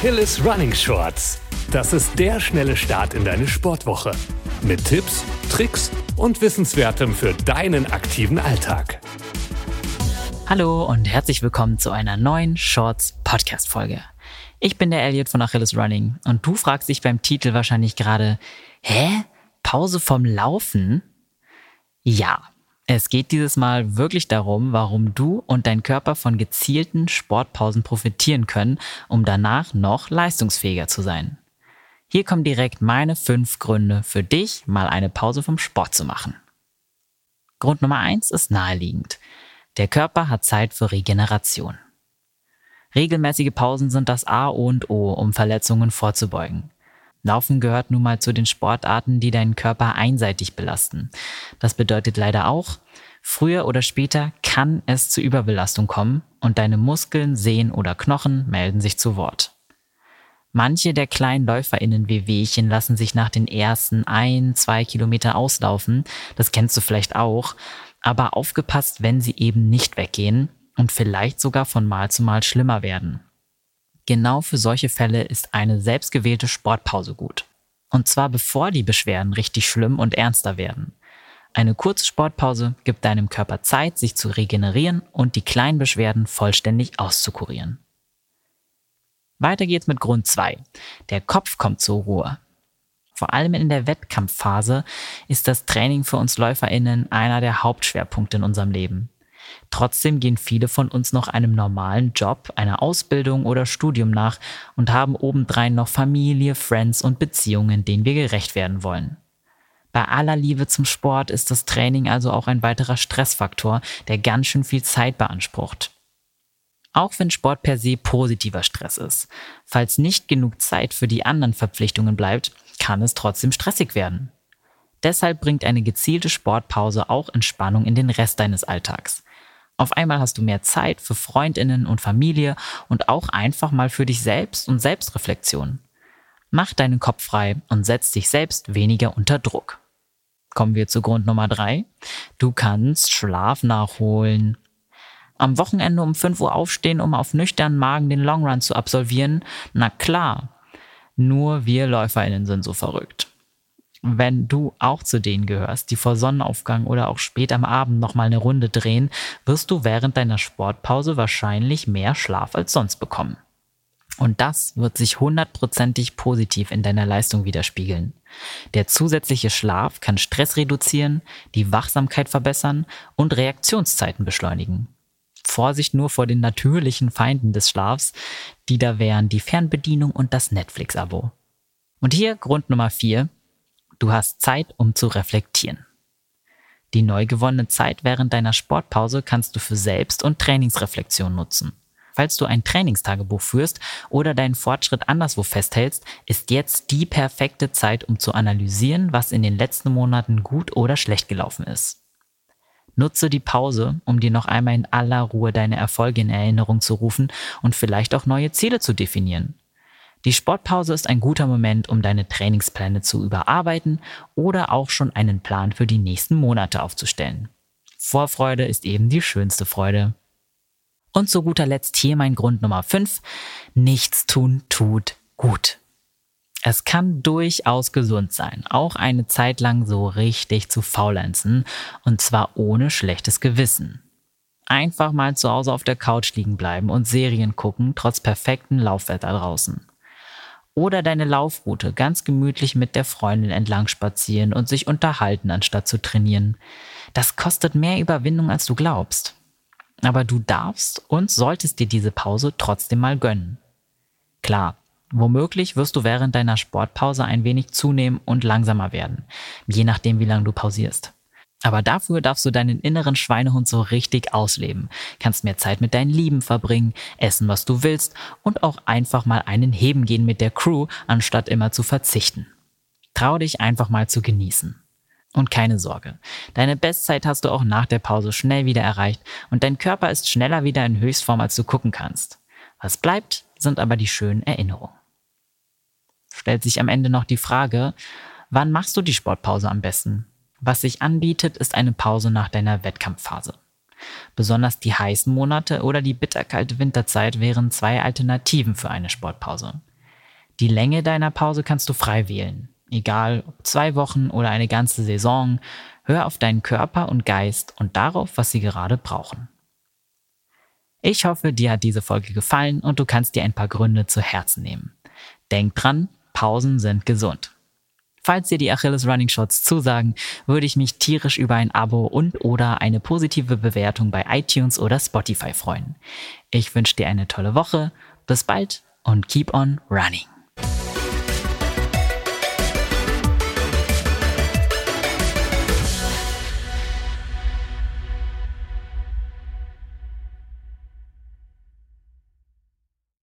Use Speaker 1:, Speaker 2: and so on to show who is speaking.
Speaker 1: Achilles Running Shorts. Das ist der schnelle Start in deine Sportwoche. Mit Tipps, Tricks und Wissenswertem für deinen aktiven Alltag.
Speaker 2: Hallo und herzlich willkommen zu einer neuen Shorts-Podcast-Folge. Ich bin der Elliot von Achilles Running und du fragst dich beim Titel wahrscheinlich gerade, Pause vom Laufen? Ja, es geht dieses Mal wirklich darum, warum du und dein Körper von gezielten Sportpausen profitieren können, um danach noch leistungsfähiger zu sein. Hier kommen direkt meine 5 Gründe für dich, mal eine Pause vom Sport zu machen. Grund Nummer 1 ist naheliegend. Der Körper hat Zeit für Regeneration. Regelmäßige Pausen sind das A und O, um Verletzungen vorzubeugen. Laufen gehört nun mal zu den Sportarten, die deinen Körper einseitig belasten. Das bedeutet leider auch, früher oder später kann es zu Überbelastung kommen und deine Muskeln, Sehnen oder Knochen melden sich zu Wort. Manche der kleinen LäuferInnen-Wehwehchen lassen sich nach den ersten 1-2 Kilometer auslaufen, das kennst du vielleicht auch, aber aufgepasst, wenn sie eben nicht weggehen und vielleicht sogar von Mal zu Mal schlimmer werden. Genau für solche Fälle ist eine selbstgewählte Sportpause gut. Und zwar bevor die Beschwerden richtig schlimm und ernster werden. Eine kurze Sportpause gibt deinem Körper Zeit, sich zu regenerieren und die kleinen Beschwerden vollständig auszukurieren. Weiter geht's mit Grund 2. Der Kopf kommt zur Ruhe. Vor allem in der Wettkampfphase ist das Training für uns LäuferInnen einer der Hauptschwerpunkte in unserem Leben. Trotzdem gehen viele von uns noch einem normalen Job, einer Ausbildung oder Studium nach und haben obendrein noch Familie, Friends und Beziehungen, denen wir gerecht werden wollen. Bei aller Liebe zum Sport ist das Training also auch ein weiterer Stressfaktor, der ganz schön viel Zeit beansprucht. Auch wenn Sport per se positiver Stress ist. Falls nicht genug Zeit für die anderen Verpflichtungen bleibt, kann es trotzdem stressig werden. Deshalb bringt eine gezielte Sportpause auch Entspannung in den Rest deines Alltags. Auf einmal hast du mehr Zeit für FreundInnen und Familie und auch einfach mal für dich selbst und Selbstreflexion. Mach deinen Kopf frei und setz dich selbst weniger unter Druck. Kommen wir zu Grund Nummer 3. Du kannst Schlaf nachholen. Am Wochenende um 5 Uhr aufstehen, um auf nüchternen Magen den Longrun zu absolvieren? Na klar, nur wir LäuferInnen sind so verrückt. Wenn du auch zu denen gehörst, die vor Sonnenaufgang oder auch spät am Abend nochmal eine Runde drehen, wirst du während deiner Sportpause wahrscheinlich mehr Schlaf als sonst bekommen. Und das wird sich 100%ig positiv in deiner Leistung widerspiegeln. Der zusätzliche Schlaf kann Stress reduzieren, die Wachsamkeit verbessern und Reaktionszeiten beschleunigen. Vorsicht nur vor den natürlichen Feinden des Schlafs, die da wären die Fernbedienung und das Netflix-Abo. Und hier Grund Nummer 4. Du hast Zeit, um zu reflektieren. Die neu gewonnene Zeit während deiner Sportpause kannst du für Selbst- und Trainingsreflexion nutzen. Falls du ein Trainingstagebuch führst oder deinen Fortschritt anderswo festhältst, ist jetzt die perfekte Zeit, um zu analysieren, was in den letzten Monaten gut oder schlecht gelaufen ist. Nutze die Pause, um dir noch einmal in aller Ruhe deine Erfolge in Erinnerung zu rufen und vielleicht auch neue Ziele zu definieren. Die Sportpause ist ein guter Moment, um deine Trainingspläne zu überarbeiten oder auch schon einen Plan für die nächsten Monate aufzustellen. Vorfreude ist eben die schönste Freude. Und zu guter Letzt hier mein Grund Nummer 5. Nichts tun tut gut. Es kann durchaus gesund sein, auch eine Zeit lang so richtig zu faulenzen, und zwar ohne schlechtes Gewissen. Einfach mal zu Hause auf der Couch liegen bleiben und Serien gucken, trotz perfektem Laufwetter draußen. Oder deine Laufroute ganz gemütlich mit der Freundin entlang spazieren und sich unterhalten, anstatt zu trainieren. Das kostet mehr Überwindung, als du glaubst. Aber du darfst und solltest dir diese Pause trotzdem mal gönnen. Klar, womöglich wirst du während deiner Sportpause ein wenig zunehmen und langsamer werden, je nachdem wie lange du pausierst. Aber dafür darfst du deinen inneren Schweinehund so richtig ausleben, kannst mehr Zeit mit deinen Lieben verbringen, essen, was du willst und auch einfach mal einen Heben gehen mit der Crew, anstatt immer zu verzichten. Trau dich einfach mal zu genießen. Und keine Sorge, deine Bestzeit hast du auch nach der Pause schnell wieder erreicht und dein Körper ist schneller wieder in Höchstform, als du gucken kannst. Was bleibt, sind aber die schönen Erinnerungen. Stellt sich am Ende noch die Frage, wann machst du die Sportpause am besten? Was sich anbietet, ist eine Pause nach deiner Wettkampfphase. Besonders die heißen Monate oder die bitterkalte Winterzeit wären 2 Alternativen für eine Sportpause. Die Länge deiner Pause kannst du frei wählen. Egal ob 2 Wochen oder eine ganze Saison, hör auf deinen Körper und Geist und darauf, was sie gerade brauchen. Ich hoffe, dir hat diese Folge gefallen und du kannst dir ein paar Gründe zu Herzen nehmen. Denk dran, Pausen sind gesund. Falls dir die Achilles Running Shorts zusagen, würde ich mich tierisch über ein Abo und/oder eine positive Bewertung bei iTunes oder Spotify freuen. Ich wünsche dir eine tolle Woche, bis bald und keep on running.